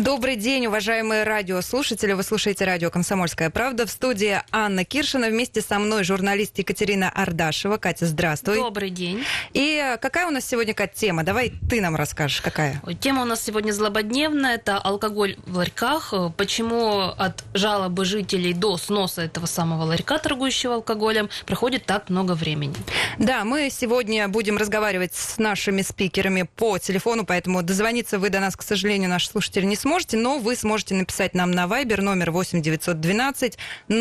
Добрый день, уважаемые радиослушатели. Вы слушаете радио «Комсомольская правда». В студии Анна Киршина. Вместе со мной журналист Екатерина Ардашева. Катя, здравствуй. Добрый день. И какая у нас сегодня, Катя, тема? Давай ты нам расскажешь, какая? Тема у нас сегодня злободневная. Это алкоголь в ларьках. Почему от жалобы жителей до сноса этого самого ларька, торгующего алкоголем, проходит так много времени? Да, мы сегодня будем разговаривать с нашими спикерами по телефону, поэтому дозвониться вы до нас, к сожалению, наши слушатели не сможете, но вы сможете написать нам на Viber номер 8 912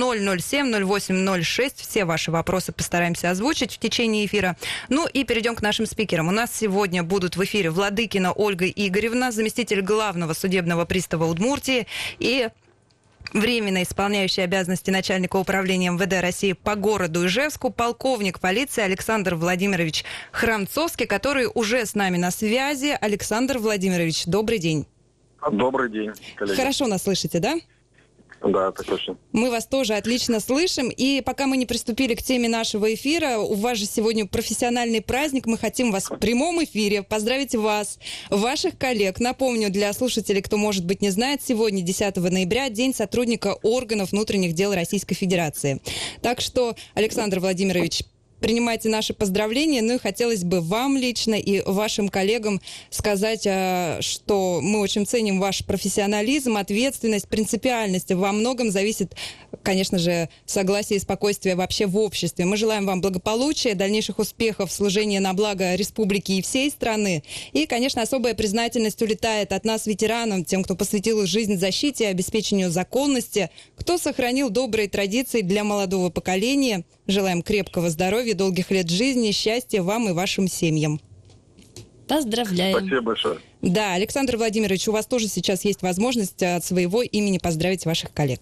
007 0806. Все ваши вопросы постараемся озвучить в течение эфира. Ну и перейдем к нашим спикерам. У нас сегодня будут в эфире Владыкина Ольга Игоревна, заместитель главного судебного пристава Удмуртии, и временно исполняющий обязанности начальника управления МВД России по городу Ижевску, полковник полиции Александр Владимирович Храмцовский, который уже с нами на связи. Александр Владимирович, добрый день. Добрый день, коллеги. Хорошо нас слышите, да? Да, это точно. Мы вас тоже отлично слышим. И пока мы не приступили к теме нашего эфира, у вас же сегодня профессиональный праздник. Мы хотим вас в прямом эфире поздравить вас, ваших коллег. Напомню для слушателей, кто, может быть, не знает, сегодня, 10 ноября, День сотрудника органов внутренних дел Российской Федерации. Так что, Александр Владимирович, принимайте наши поздравления. Ну и хотелось бы вам лично и вашим коллегам сказать, что мы очень ценим ваш профессионализм, ответственность, принципиальность. Во многом зависит, конечно же, согласие и спокойствие вообще в обществе. Мы желаем вам благополучия, дальнейших успехов, служения на благо республики и всей страны. И, конечно, особая признательность улетает от нас, ветеранам, тем, кто посвятил жизнь защите и обеспечению законности, кто сохранил добрые традиции для молодого поколения. Желаем крепкого здоровья, долгих лет жизни, счастья вам и вашим семьям. Поздравляем. Спасибо большое. Да, Александр Владимирович, у вас тоже сейчас есть возможность от своего имени поздравить ваших коллег.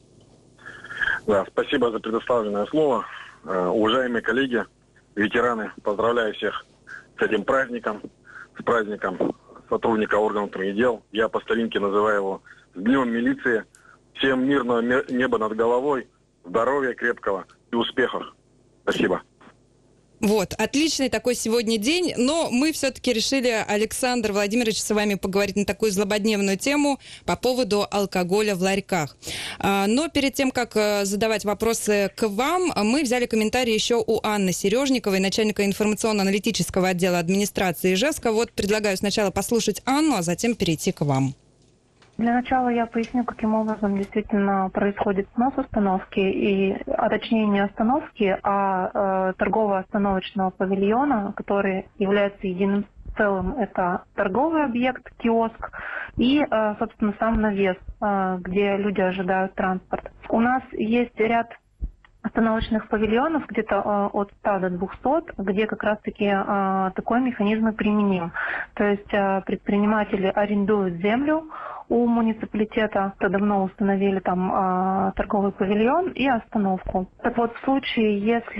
Да, спасибо за предоставленное слово. Уважаемые коллеги, ветераны, поздравляю всех с этим праздником, с праздником сотрудника органов внутренних дел. Я по старинке называю его с Днем милиции. Всем мирного неба над головой, здоровья крепкого и успехов. Спасибо. Вот, отличный такой сегодня день, но мы все-таки решили, Александр Владимирович, с вами поговорить на такую злободневную тему по поводу алкоголя в ларьках. Но перед тем, как задавать вопросы к вам, мы взяли комментарий еще у Анны Сережниковой, начальника информационно-аналитического отдела администрации Ижевска. Вот предлагаю сначала послушать Анну, а затем перейти к вам. Для начала я поясню, каким образом действительно происходит снос установки, а точнее не остановки, а торгово-остановочного павильона, который является единым целым. Это торговый объект, киоск и, собственно, сам навес, где люди ожидают транспорт. У нас есть ряд остановочных павильонов, где-то от 100 до 200, где как раз-таки такой механизм и применим. То есть предприниматели арендуют землю у муниципалитета, то давно установили там торговый павильон и остановку. Так вот, в случае,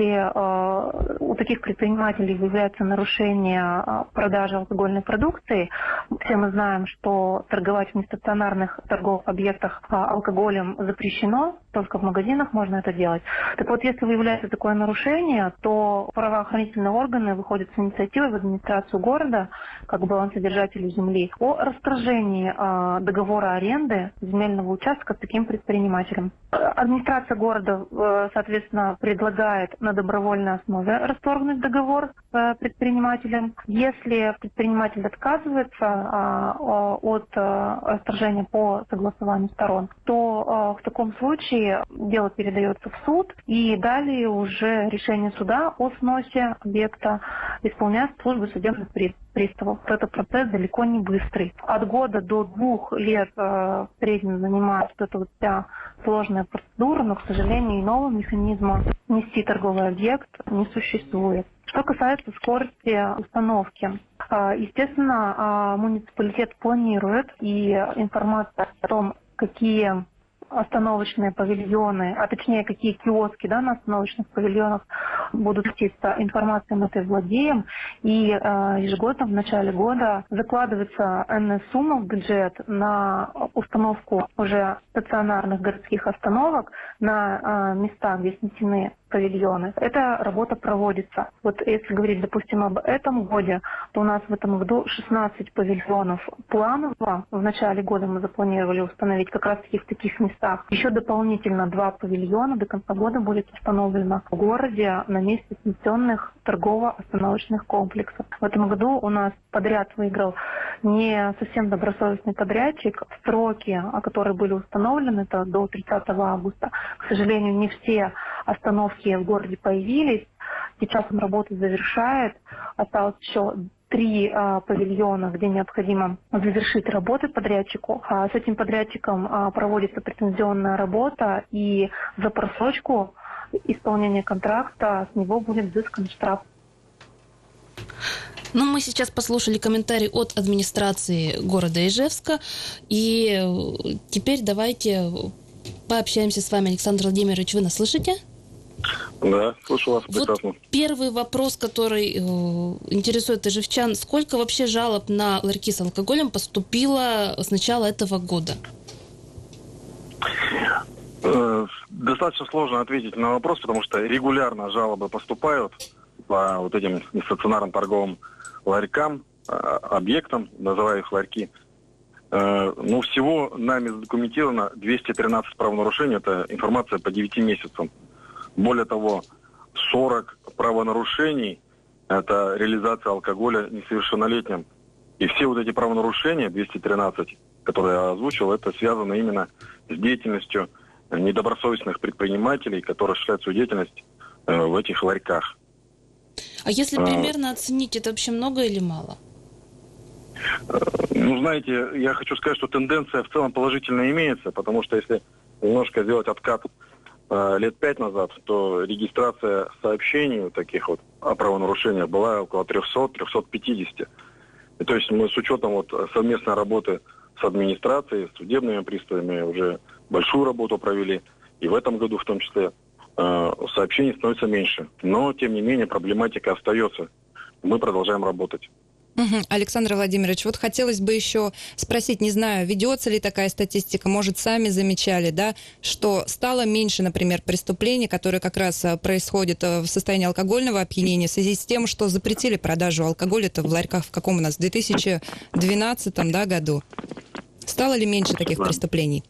если у таких предпринимателей выявляется нарушение продажи алкогольной продукции, все мы знаем, что торговать в нестационарных торговых объектах алкоголем запрещено, только в магазинах можно это делать. Так вот, если выявляется такое нарушение, то правоохранительные органы выходят с инициативой в администрацию города, как балансодержателю земли, о расторжении договора аренды земельного участка с таким предпринимателем. Администрация города, соответственно, предлагает на добровольной основе расторгнуть договор с предпринимателем. Если предприниматель отказывается от расторжения по согласованию сторон, то в таком случае дело передается в суд, и далее уже решение суда о сносе объекта исполняет служба судебных приставов. Этот процесс далеко не быстрый. От года до 2 лет в среднем занимает эта вот вся сложная процедура, но, к сожалению, иного механизма нести торговый объект не существует. Что касается скорости установки, естественно, муниципалитет планирует, и информация о том, какие остановочные павильоны, а точнее какие киоски, да, на остановочных павильонах будут чиститься, информацией мы этой владеем, и ежегодно в начале года закладывается энная сумма в бюджет на установку уже стационарных городских остановок на места, где снесены павильоны. Эта работа проводится. Вот если говорить, допустим, об этом годе, то у нас в этом году 16 павильонов планово. В начале года мы запланировали установить как раз-таки в таких местах. Еще дополнительно 2 павильона до конца года будет установлено в городе на месте снесенных торгово-остановочных комплексов. В этом году у нас подряд выиграл не совсем добросовестный подрядчик. Сроки, которые были установлены, это до 30 августа. К сожалению, не все остановки в городе появились. Сейчас он работу завершает. Осталось еще 3 павильона, где необходимо завершить работы подрядчику. С этим подрядчиком проводится претензионная работа, и за просрочку исполнения контракта с него будет взыскан штраф. Ну, мы сейчас послушали комментарий от администрации города Ижевска, и теперь давайте пообщаемся с вами. Александр Владимирович, вы нас слышите? Да, слышу вас прекрасно. Вот первый вопрос, который интересует ижевчан. Сколько вообще жалоб на ларьки с алкоголем поступило с начала этого года? Достаточно сложно ответить на вопрос, потому что регулярно жалобы поступают по вот этим нестационарным торговым ларькам, объектам, называю их ларьки. Ну, всего нами задокументировано 213 правонарушений. Это информация по 9 месяцам. Более того, 40 правонарушений – это реализация алкоголя несовершеннолетним. И все вот эти правонарушения, 213, которые я озвучил, это связано именно с деятельностью недобросовестных предпринимателей, которые осуществляют свою деятельность в этих ларьках. А если примерно оценить, это вообще много или мало? Ну, знаете, я хочу сказать, что тенденция в целом положительная имеется, потому что если немножко сделать откат лет 5 назад, то регистрация сообщений таких вот о правонарушениях была около 300-350. И то есть мы с учетом вот совместной работы с администрацией, с судебными приставами уже большую работу провели. И в этом году в том числе сообщений становится меньше. Но, тем не менее, проблематика остается. Мы продолжаем работать. Александр Владимирович, вот хотелось бы еще спросить, не знаю, ведется ли такая статистика, может, сами замечали, да, что стало меньше, например, преступлений, которые как раз происходят в состоянии алкогольного опьянения в связи с тем, что запретили продажу алкоголя-то в ларьках в каком у нас, в 2012 году. Стало ли меньше таких преступлений?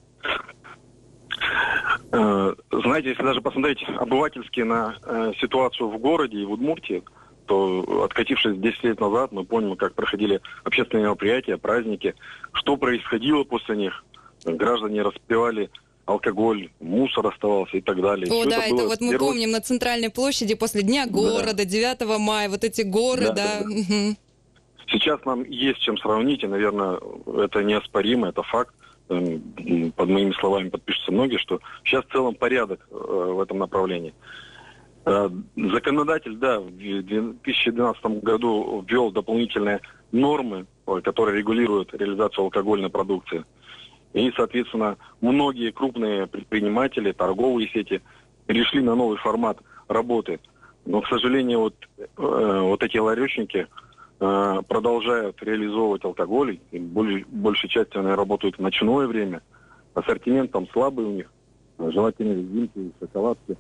Знаете, если даже посмотреть обывательски на ситуацию в городе и в Удмуртии, то, откатившись 10 лет назад, мы поняли, как проходили общественные мероприятия, праздники, что происходило после них. Граждане распивали алкоголь, мусор оставался и так далее. О, да, это вот мы помним на Центральной площади после Дня города, 9 мая, вот эти горы, да. Угу. Сейчас нам есть чем сравнить, и, наверное, это неоспоримо, это факт. Под моими словами подпишутся многие, что сейчас в целом порядок в этом направлении. Законодатель, да, в 2012 году ввел дополнительные нормы, которые регулируют реализацию алкогольной продукции. И, соответственно, многие крупные предприниматели, торговые сети перешли на новый формат работы. Но, к сожалению, вот эти ларечники продолжают реализовывать алкоголь, и большей частью они работают в ночное время. Ассортимент там слабый у них, желательно резинки, шоколадки.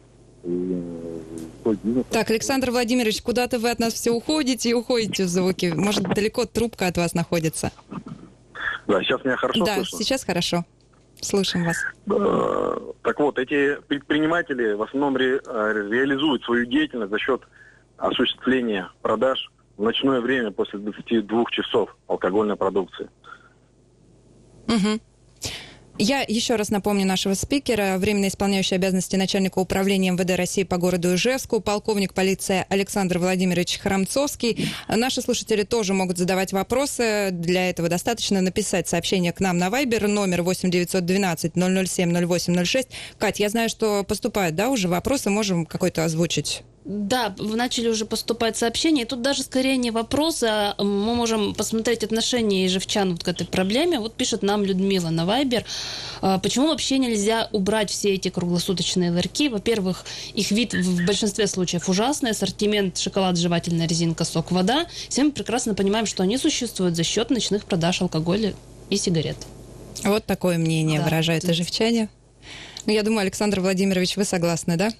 Так, Александр Владимирович, куда-то вы от нас все уходите и уходите в звуки. Может, далеко трубка от вас находится? Да, сейчас меня хорошо слышно? Да, сейчас хорошо. Слышим вас. Так вот, эти предприниматели в основном реализуют свою деятельность за счет осуществления продаж в ночное время после 22 часов алкогольной продукции. Угу. Я еще раз напомню нашего спикера, временно исполняющий обязанности начальника управления МВД России по городу Ижевску, полковник полиции Александр Владимирович Храмцовский. Наши слушатели тоже могут задавать вопросы. Для этого достаточно написать сообщение к нам на Viber, номер 8 912 007 08 06. Кать, я знаю, что поступают, да, уже вопросы, можем какой-то озвучить? Да, начали уже поступать сообщения. И тут даже скорее не вопрос, а мы можем посмотреть отношение ижевчан вот к этой проблеме. Вот пишет нам Людмила на Вайбер. Почему вообще нельзя убрать все эти круглосуточные ларьки? Во-первых, их вид в большинстве случаев ужасный. Ассортимент: шоколад, жевательная резинка, сок, вода. Все мы прекрасно понимаем, что они существуют за счет ночных продаж алкоголя и сигарет. Вот такое мнение выражают ижевчане. Ну, я думаю, Александр Владимирович, вы согласны, да?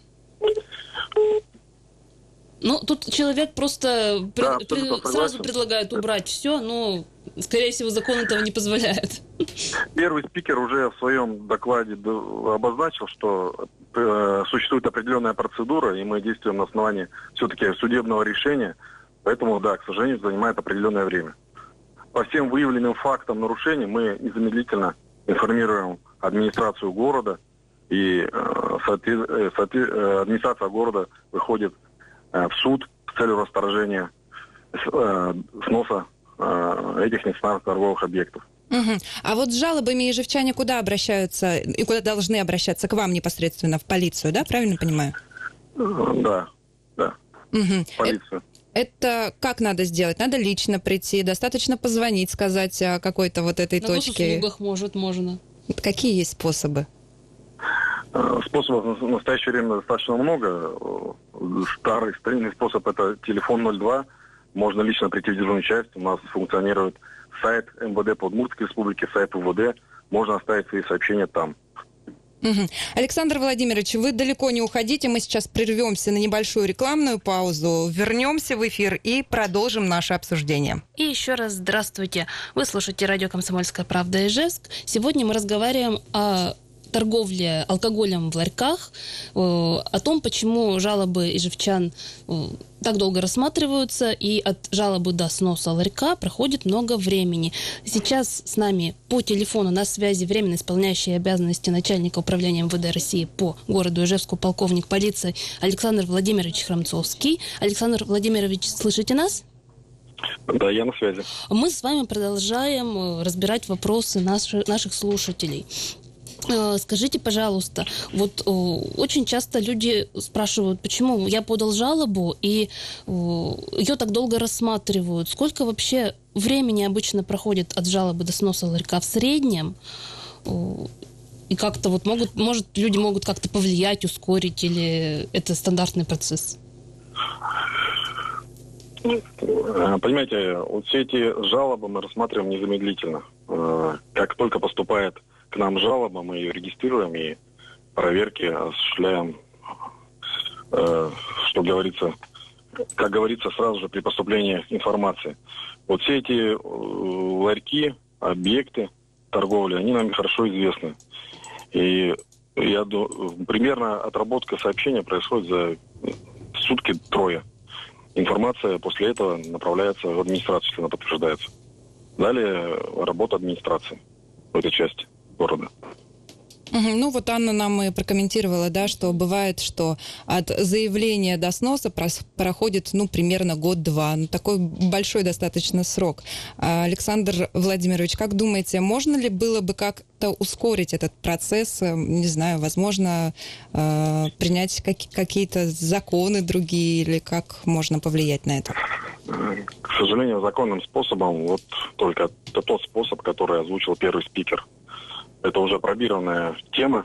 Ну, тут человек просто сразу согласен. предлагает убрать все, но, скорее всего, закон этого не позволяет. Первый спикер уже в своем докладе обозначил, что существует определенная процедура, и мы действуем на основании все-таки судебного решения. Поэтому, да, к сожалению, занимает определенное время. По всем выявленным фактам нарушений мы незамедлительно информируем администрацию города, и администрация города выходит в суд с целью расторжения сноса этих нестандартных торговых объектов. Угу. А вот с жалобами ижевчане куда обращаются и куда должны обращаться? К вам непосредственно, в полицию, да? Правильно понимаю? Да. Угу. Полицию. Это как надо сделать? Надо лично прийти, достаточно позвонить, сказать о какой-то вот этой точке? На госуслугах можно. Какие есть способы? Способов в настоящее время достаточно много. Старинный способ — это телефон 02. Можно лично прийти в дежурную часть. У нас функционирует сайт МВД по Удмуртской республике, сайт УВД. Можно оставить свои сообщения там. Угу. Александр Владимирович, вы далеко не уходите. Мы сейчас прервемся на небольшую рекламную паузу, вернемся в эфир и продолжим наше обсуждение. И еще раз здравствуйте. Вы слушаете радио «Комсомольская правда» Ижевск. Сегодня мы разговариваем о торговле алкоголем в ларьках, о том, почему жалобы ижевчан так долго рассматриваются, и от жалобы до сноса ларька проходит много времени. Сейчас с нами по телефону на связи временно исполняющий обязанности начальника управления МВД России по городу Ижевску полковник полиции Александр Владимирович Храмцовский. Александр Владимирович, слышите нас? Да, я на связи. Мы с вами продолжаем разбирать вопросы наших слушателей. Скажите, пожалуйста, вот очень часто люди спрашивают, почему я подал жалобу, и ее так долго рассматривают. Сколько вообще времени обычно проходит от жалобы до сноса ларька в среднем? И как-то вот люди могут как-то повлиять, ускорить, или это стандартный процесс? Понимаете, вот все эти жалобы мы рассматриваем незамедлительно. Как только поступает к нам жалоба, мы ее регистрируем и проверки осуществляем, что говорится, как говорится, сразу же при поступлении информации. Вот все эти ларьки, объекты торговли, они нам хорошо известны. И я думаю, примерно отработка сообщения происходит за сутки-трое. Информация после этого направляется в администрацию, если она подтверждается. Далее работа администрации в этой части города. Ну вот Анна нам и прокомментировала, да, что бывает, что от заявления до сноса проходит, примерно год-два. Такой большой достаточно срок. Александр Владимирович, как думаете, можно ли было бы как-то ускорить этот процесс? Не знаю, возможно, принять какие-то законы другие, или как можно повлиять на это? К сожалению, законным способом вот только тот способ, который озвучил первый спикер. Это уже пробированная тема.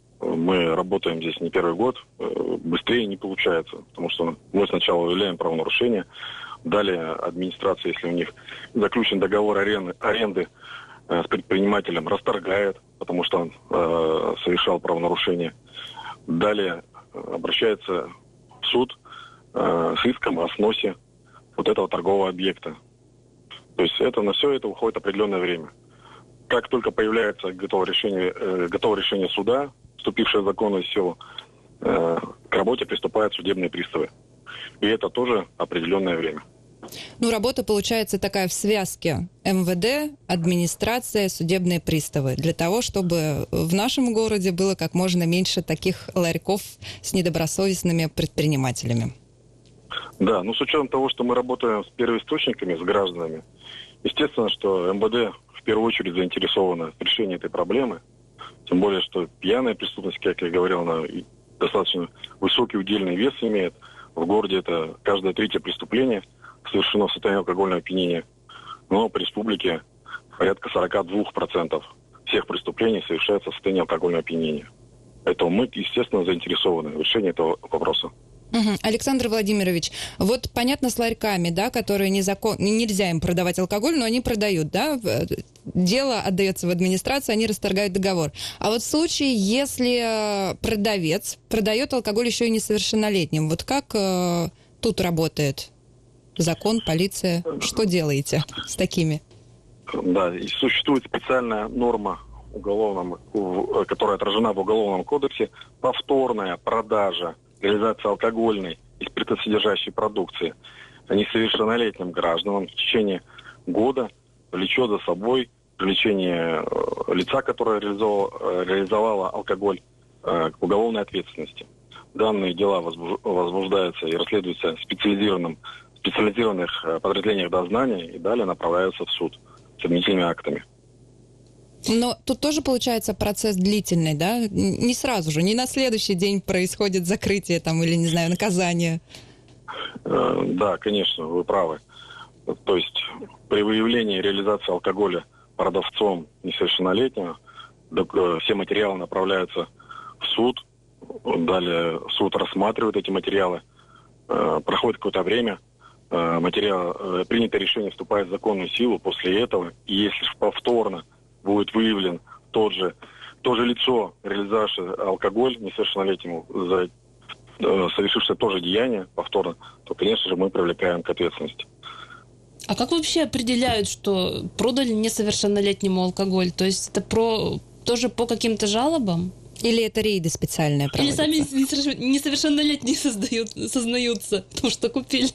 Мы работаем здесь не первый год. Быстрее не получается, потому что мы сначала выявляем правонарушение, далее администрация, если у них заключен договор аренды с предпринимателем, расторгает, потому что он совершал правонарушение. Далее обращается в суд с иском о сносе вот этого торгового объекта. То есть на все это уходит определенное время. Как только появляется готовое решение суда, вступившее в законную силу, к работе приступают судебные приставы. И это тоже определенное время. Работа получается такая в связке: МВД, администрация, судебные приставы. Для того, чтобы в нашем городе было как можно меньше таких ларьков с недобросовестными предпринимателями. Да, с учетом того, что мы работаем с первоисточниками, с гражданами, естественно, что МВД в первую очередь заинтересована в решении этой проблемы. Тем более, что пьяная преступность, как я говорил, она достаточно высокий удельный вес имеет В городе это каждое третье преступление совершено в состоянии алкогольного опьянения. Но в республике порядка 42% всех преступлений совершается в состоянии алкогольного опьянения. Поэтому мы, естественно, заинтересованы в решении этого вопроса. Александр Владимирович, вот понятно с ларьками, да, которые нельзя им продавать алкоголь, но они продают, да, дело отдается в администрацию, они расторгают договор. А вот в случае, если продавец продает алкоголь еще и несовершеннолетним, вот как тут работает закон, полиция, что делаете с такими? Да, и существует специальная норма которая отражена в Уголовном кодексе, повторная продажа, реализация алкогольной и спиртосодержащей продукции несовершеннолетним гражданам в течение года влечет за собой привлечение лица, которое реализовало алкоголь, к уголовной ответственности. Данные дела возбуждаются и расследуются в специализированных подразделениях дознания и далее направляются в суд с обвинительными актами. Но тут тоже получается процесс длительный, да? Не сразу же, не на следующий день происходит закрытие там или, не знаю, наказание. Да, конечно, вы правы. То есть при выявлении и реализации алкоголя продавцом несовершеннолетнего все материалы направляются в суд, далее суд рассматривает эти материалы, проходит какое-то время, принятое решение вступает в законную силу. После этого, если повторно будет выявлен то же лицо, реализовавшее алкоголь несовершеннолетнему, совершившее то же деяние повторно, то, конечно же, мы привлекаем к ответственности. А как вообще определяют, что продали несовершеннолетнему алкоголь? То есть это тоже по каким-то жалобам? Или это рейды специальные проводятся? Или сами несовершеннолетние сознаются, потому что купили?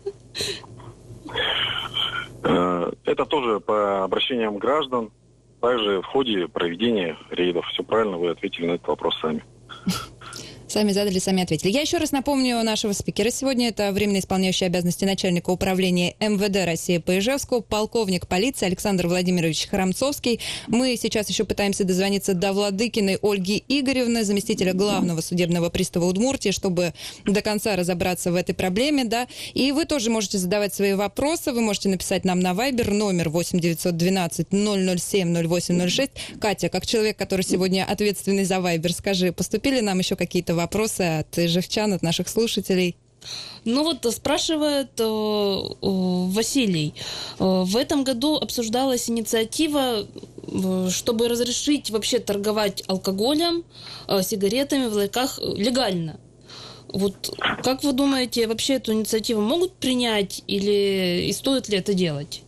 Это тоже по обращениям граждан. Также в ходе проведения рейдов. Все правильно, вы ответили на этот вопрос сами. Сами задали, сами ответили. Я еще раз напомню нашего спикера. Сегодня это временно исполняющий обязанности начальника управления МВД России по Ижевску, полковник полиции Александр Владимирович Храмцовский. Мы сейчас еще пытаемся дозвониться до Владыкиной Ольги Игоревны, заместителя главного судебного пристава Удмуртии, чтобы до конца разобраться в этой проблеме. Да? И вы тоже можете задавать свои вопросы. Вы можете написать нам на Viber номер 8-912-007-0806. Катя, как человек, который сегодня ответственный за Viber, скажи, поступили нам еще какие-то вопросы от ижевчан, от наших слушателей? Ну вот спрашивает Василий. В этом году обсуждалась инициатива, чтобы разрешить вообще торговать алкоголем, сигаретами в ларьках легально. Вот как вы думаете, вообще эту инициативу могут принять и стоит ли это делать?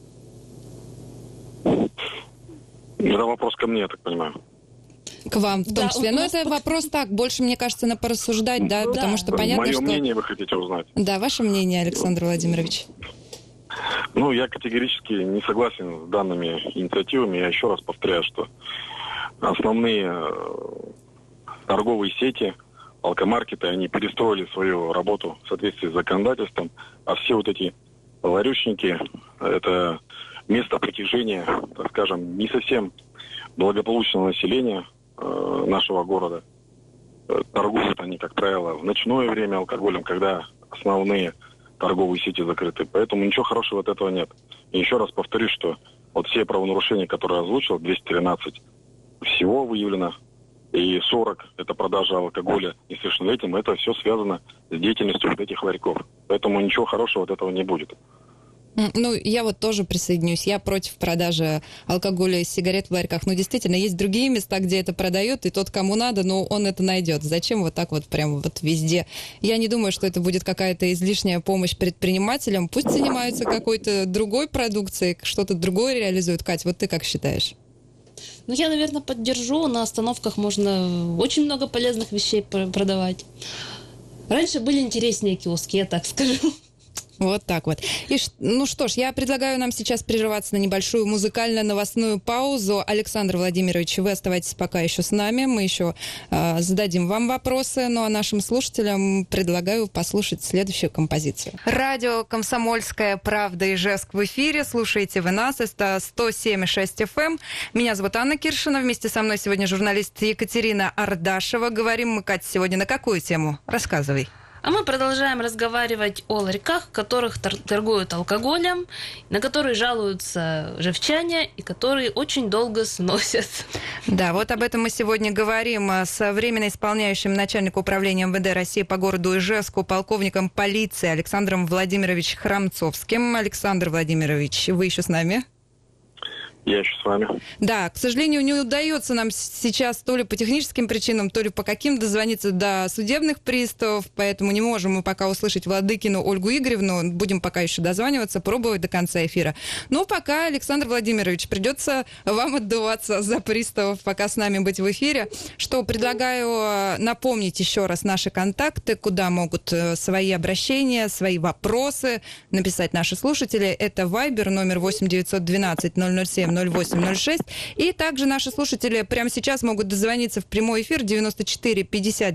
Это вопрос ко мне, я так понимаю. К вам в том числе. Но это вопрос так, больше, мне кажется, на порассуждать, да, потому что понятно, Мое что... мнение вы хотите узнать? Да, ваше мнение, Александр Владимирович. Ну, я категорически не согласен с данными инициативами. Я еще раз повторяю, что основные торговые сети, алкомаркеты, они перестроили свою работу в соответствии с законодательством, а все вот эти ларечники, это место притяжения, так скажем, не совсем благополучного населения нашего города. Торгуют они, как правило, в ночное время алкоголем, когда основные торговые сети закрыты. Поэтому ничего хорошего от этого нет. И еще раз повторюсь, что вот все правонарушения, которые я озвучил, 213 всего выявлено, и 40 – это продажа алкоголя несовершеннолетним, это все связано с деятельностью вот этих ларьков. Поэтому ничего хорошего от этого не будет. Ну, я вот тоже присоединюсь. Я против продажи алкоголя и сигарет в ларьках. Ну, действительно, есть другие места, где это продают, и тот, кому надо, ну, он это найдет. Зачем вот так вот прямо вот везде? Я не думаю, что это будет какая-то излишняя помощь предпринимателям. Пусть занимаются какой-то другой продукцией, что-то другое реализуют. Кать, вот ты как считаешь? Ну, я, наверное, поддержу. На остановках можно очень много полезных вещей продавать. Раньше были интереснее киоски, я так скажу. Вот так вот. И, ну что ж, я предлагаю нам сейчас прерываться на небольшую музыкально-новостную паузу. Александр Владимирович, вы оставайтесь пока еще с нами. Мы еще зададим вам вопросы. Ну а нашим слушателям предлагаю послушать следующую композицию. Радио «Комсомольская правда» Ижевск в эфире. Слушаете вы нас. Это 107,6 FM. Меня зовут Анна Киршина. Вместе со мной сегодня журналист Екатерина Ардашева. Говорим мы, Катя, сегодня на какую тему? Рассказывай. А мы продолжаем разговаривать о ларьках, в которых торгуют алкоголем, на которые жалуются живчане и которые очень долго сносят. Да, вот об этом мы сегодня говорим с временно исполняющим начальника управления МВД России по городу Ижевску, полковником полиции Александром Владимировичем Храмцовским. Александр Владимирович, вы еще с нами? Я еще с вами. Да, к сожалению, не удается нам сейчас то ли по техническим причинам, то ли по каким дозвониться до судебных приставов, поэтому не можем мы пока услышать Владыкину Ольгу Игоревну, будем пока еще дозваниваться, пробовать до конца эфира. Но пока, Александр Владимирович, придется вам отдуваться за приставов, пока с нами быть в эфире. Что, предлагаю напомнить еще раз наши контакты, куда могут свои обращения, свои вопросы написать наши слушатели. Это Viber, номер 8 912 007 0806. И также наши слушатели прямо сейчас могут дозвониться в прямой эфир 94 50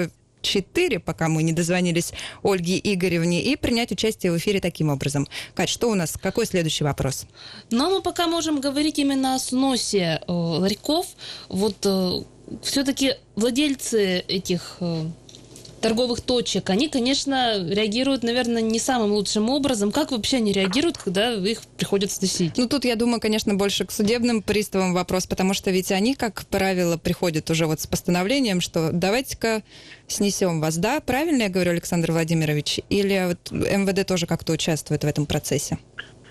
94, пока мы не дозвонились Ольге Игоревне, и принять участие в эфире таким образом. Кать, что у нас? Какой следующий вопрос? Но мы пока можем говорить именно о сносе ларьков. Вот все-таки владельцы этих торговых точек, они, конечно, реагируют, наверное, не самым лучшим образом. Как вообще они реагируют, когда их приходится сносить? Ну, тут, я думаю, конечно, больше к судебным приставам вопрос, потому что ведь они, как правило, приходят уже вот с постановлением, что давайте-ка снесем вас. Да, правильно я говорю, Александр Владимирович? Или вот МВД тоже как-то участвует в этом процессе?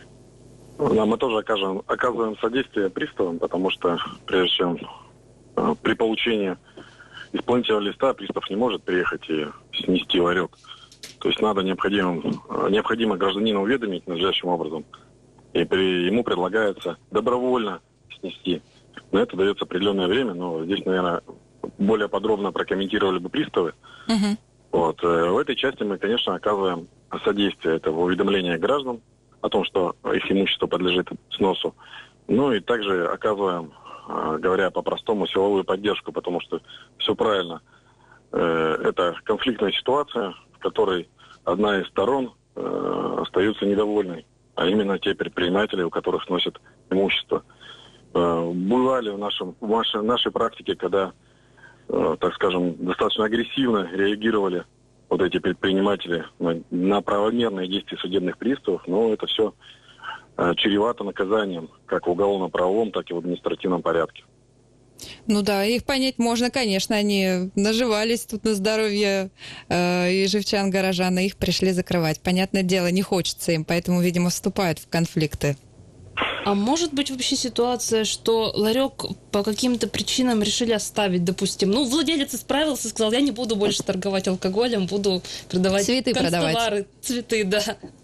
Да, мы тоже оказываем содействие приставам, потому что прежде чем при получении исполнительного листа пристав не может приехать и снести ларек. То есть необходимо гражданина уведомить надлежащим образом. И ему предлагается добровольно снести. На это дается определенное время, но здесь, наверное, более подробно прокомментировали бы приставы. Вот. В этой части мы, конечно, оказываем содействие. Это уведомление граждан о том, что их имущество подлежит сносу. Ну и также оказываем, говоря по-простому, силовую поддержку, потому что все правильно. Это конфликтная ситуация, в которой одна из сторон остается недовольной, а именно те предприниматели, у которых сносят имущество. Бывали в нашей практике, когда, так скажем, достаточно агрессивно реагировали вот эти предприниматели на правомерные действия судебных приставов, но это все чревато наказанием, как в уголовно-правовом, так и в административном порядке. Ну да, их понять можно, конечно, они наживались тут на здоровье ижевчан, горожан, и их пришли закрывать. Понятное дело, не хочется им, поэтому, видимо, вступают в конфликты. А может быть вообще ситуация, что ларек по каким-то причинам решили оставить, допустим? Ну, владелец исправился, сказал, я не буду больше торговать алкоголем, буду продавать цветы, канцтовары, цветы, да.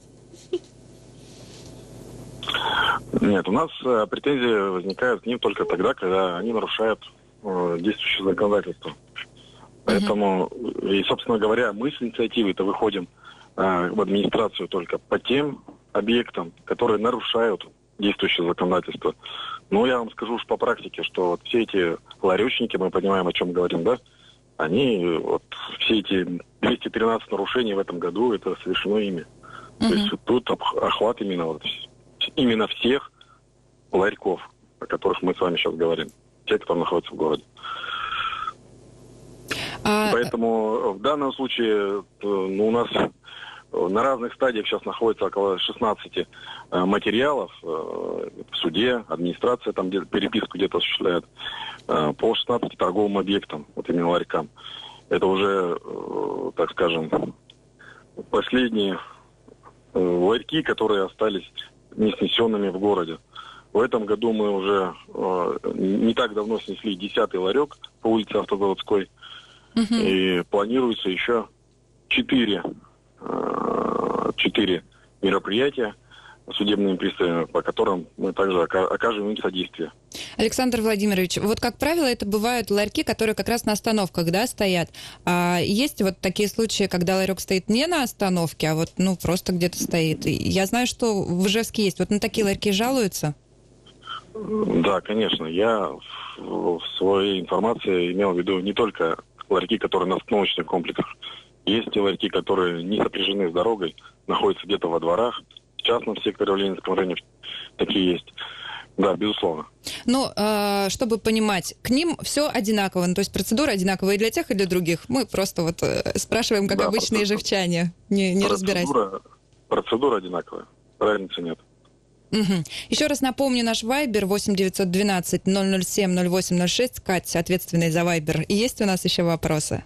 Нет, у нас претензии возникают к ним только тогда, когда они нарушают действующее законодательство. Поэтому, и, собственно говоря, мы с инициативой-то выходим в администрацию только по тем объектам, которые нарушают действующее законодательство. Но я вам скажу уж по практике, что вот все эти ларечники, мы понимаем, о чем говорим, да, они, вот все эти 213 нарушений в этом году, это совершено ими. То есть тут охват именно всех ларьков, о которых мы с вами сейчас говорим. Те, кто находится в городе. Поэтому в данном случае у нас на разных стадиях сейчас находится около 16 материалов в суде, администрация там где-то переписку где-то осуществляет по 16 торговым объектам, вот именно ларькам. Это уже, так скажем, последние ларьки, которые остались не снесенными в городе. В этом году мы уже не так давно снесли 10-й ларек по улице Автозаводской. И планируется еще 4 мероприятия судебными приставами, по которым мы также окажем им содействие. Александр Владимирович, вот как правило, это бывают ларьки, которые как раз на остановках, да, стоят. А есть вот такие случаи, когда ларек стоит не на остановке, а вот, просто где-то стоит. Я знаю, что в Ижевске есть. Вот на такие ларьки жалуются? Да, конечно. Я в своей информации имел в виду не только ларьки, которые на остановочных комплексах. Есть и ларьки, которые не сопряжены с дорогой, находятся где-то во дворах. В частном секторе в Ленинском районе такие есть. Да, безусловно. Ну, чтобы понимать, к ним все одинаково, ну, то есть процедура одинаковая и для тех, и для других. Мы просто вот спрашиваем, как обычные ижевчане, не разбираясь. Процедура одинаковая, разницы нет. Угу. Еще раз напомню, наш Вайбер 8-912-007-0806. Кать, ответственный за Вайбер. И есть у нас еще вопросы?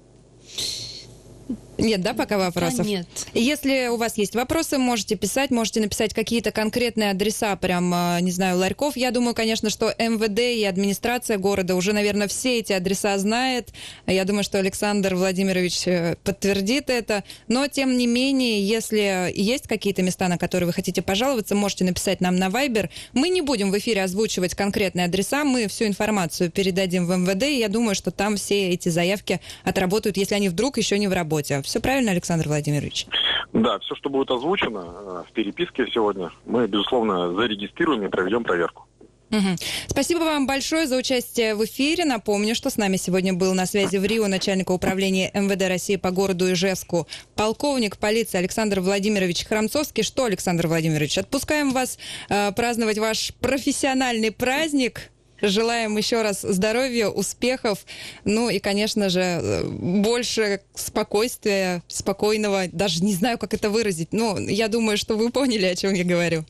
Нет, да, пока вопросов? Да, нет. Если у вас есть вопросы, можете писать, можете написать какие-то конкретные адреса, прям, не знаю, ларьков. Я думаю, конечно, что МВД и администрация города уже, наверное, все эти адреса знает. Я думаю, что Александр Владимирович подтвердит это. Но, тем не менее, если есть какие-то места, на которые вы хотите пожаловаться, можете написать нам на Viber. Мы не будем в эфире озвучивать конкретные адреса, мы всю информацию передадим в МВД, и я думаю, что там все эти заявки отработают, если они вдруг еще не в работе. Все правильно, Александр Владимирович? Да, все, что будет озвучено в переписке сегодня, мы, безусловно, зарегистрируем и проведем проверку. Угу. Спасибо вам большое за участие в эфире. Напомню, что с нами сегодня был на связи в Рио начальник управления МВД России по городу Ижевску, полковник полиции Александр Владимирович Храмцовский. Что, Александр Владимирович, отпускаем вас праздновать ваш профессиональный праздник. Желаем еще раз здоровья, успехов, ну и, конечно же, больше спокойствия, спокойного, даже не знаю, как это выразить, но я думаю, что вы поняли, о чем я говорю.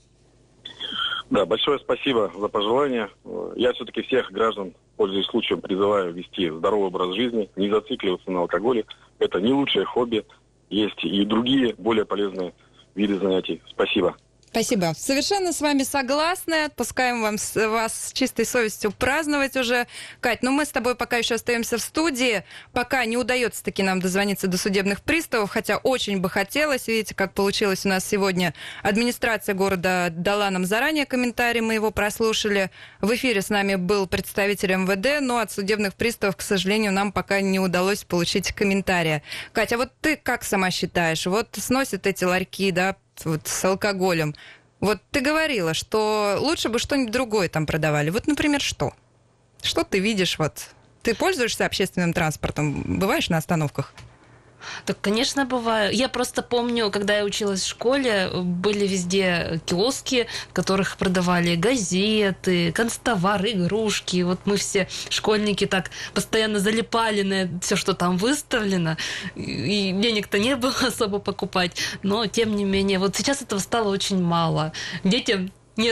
Да, большое спасибо за пожелания. Я все-таки всех граждан, пользуясь случаем, призываю вести здоровый образ жизни, не зацикливаться на алкоголе. Это не лучшее хобби, есть и другие более полезные виды занятий. Спасибо. Спасибо. Совершенно с вами согласны. Отпускаем вас с чистой совестью праздновать уже. Кать, ну мы с тобой пока еще остаемся в студии. Пока не удается таки нам дозвониться до судебных приставов, хотя очень бы хотелось. Видите, как получилось у нас сегодня. Администрация города дала нам заранее комментарий, мы его прослушали. В эфире с нами был представитель МВД, но от судебных приставов, к сожалению, нам пока не удалось получить комментария. Катя, вот ты как сама считаешь? Вот сносят эти ларьки, да, вот с алкоголем. Вот ты говорила, что лучше бы что-нибудь другое там продавали. Вот, например, что? Что ты видишь? Вот ты пользуешься общественным транспортом? Бываешь на остановках? Так, конечно, бываю. Я просто помню, когда я училась в школе, были везде киоски, в которых продавали газеты, канцтовар, игрушки. Вот мы все, школьники, так постоянно залипали на все, что там выставлено. И денег-то не было особо покупать. Но, тем не менее, вот сейчас этого стало очень мало. Детям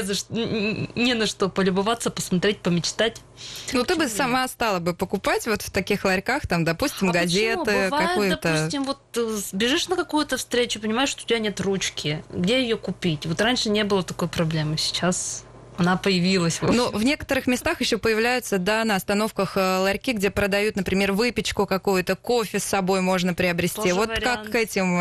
не на что полюбоваться, посмотреть, помечтать. Ну, ты бы сама стала бы покупать вот в таких ларьках, там, допустим, газеты, какую-то... Допустим, вот бежишь на какую-то встречу, понимаешь, что у тебя нет ручки. Где ее купить? Вот раньше не было такой проблемы, сейчас она появилась. Ну, в некоторых местах еще появляются, да, на остановках ларьки, где продают, например, выпечку какую-то, кофе с собой можно приобрести. Тоже вот вариант. как к этим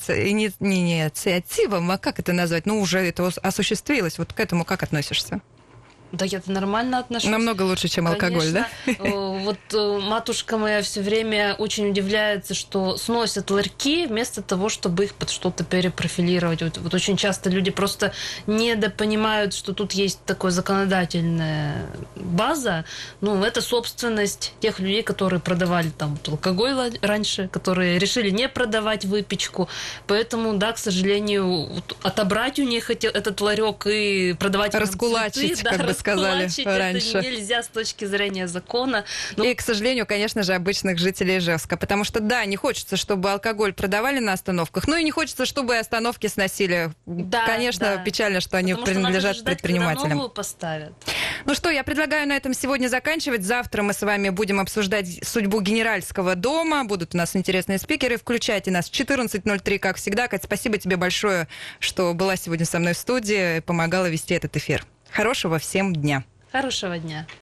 инициативам, а как это назвать? Ну, уже это осуществилось. Вот к этому как относишься? Да, я-то нормально отношусь. Намного лучше, чем алкоголь, да? Вот матушка моя все время очень удивляется, что сносят ларьки вместо того, чтобы их под что-то перепрофилировать. Вот очень часто люди просто недопонимают, что тут есть такая законодательная база. Ну, это собственность тех людей, которые продавали там алкоголь раньше, которые решили не продавать выпечку. Поэтому, да, к сожалению, отобрать у них этот ларек и продавать... Раскулачить, цветы, как бы сказали раньше. Это нельзя с точки зрения закона. И, к сожалению, конечно же, обычных жителей Ижевска. Потому что, да, не хочется, чтобы алкоголь продавали на остановках, но и не хочется, чтобы остановки сносили. Да, конечно, да. Печально, что они принадлежат ждать, предпринимателям. Когда новую поставят. Ну что, я предлагаю на этом сегодня заканчивать. Завтра мы с вами будем обсуждать судьбу Генеральского дома. Будут у нас интересные спикеры. Включайте нас в 14:03, как всегда. Кать, спасибо тебе большое, что была сегодня со мной в студии и помогала вести этот эфир. Хорошего всем дня. Хорошего дня.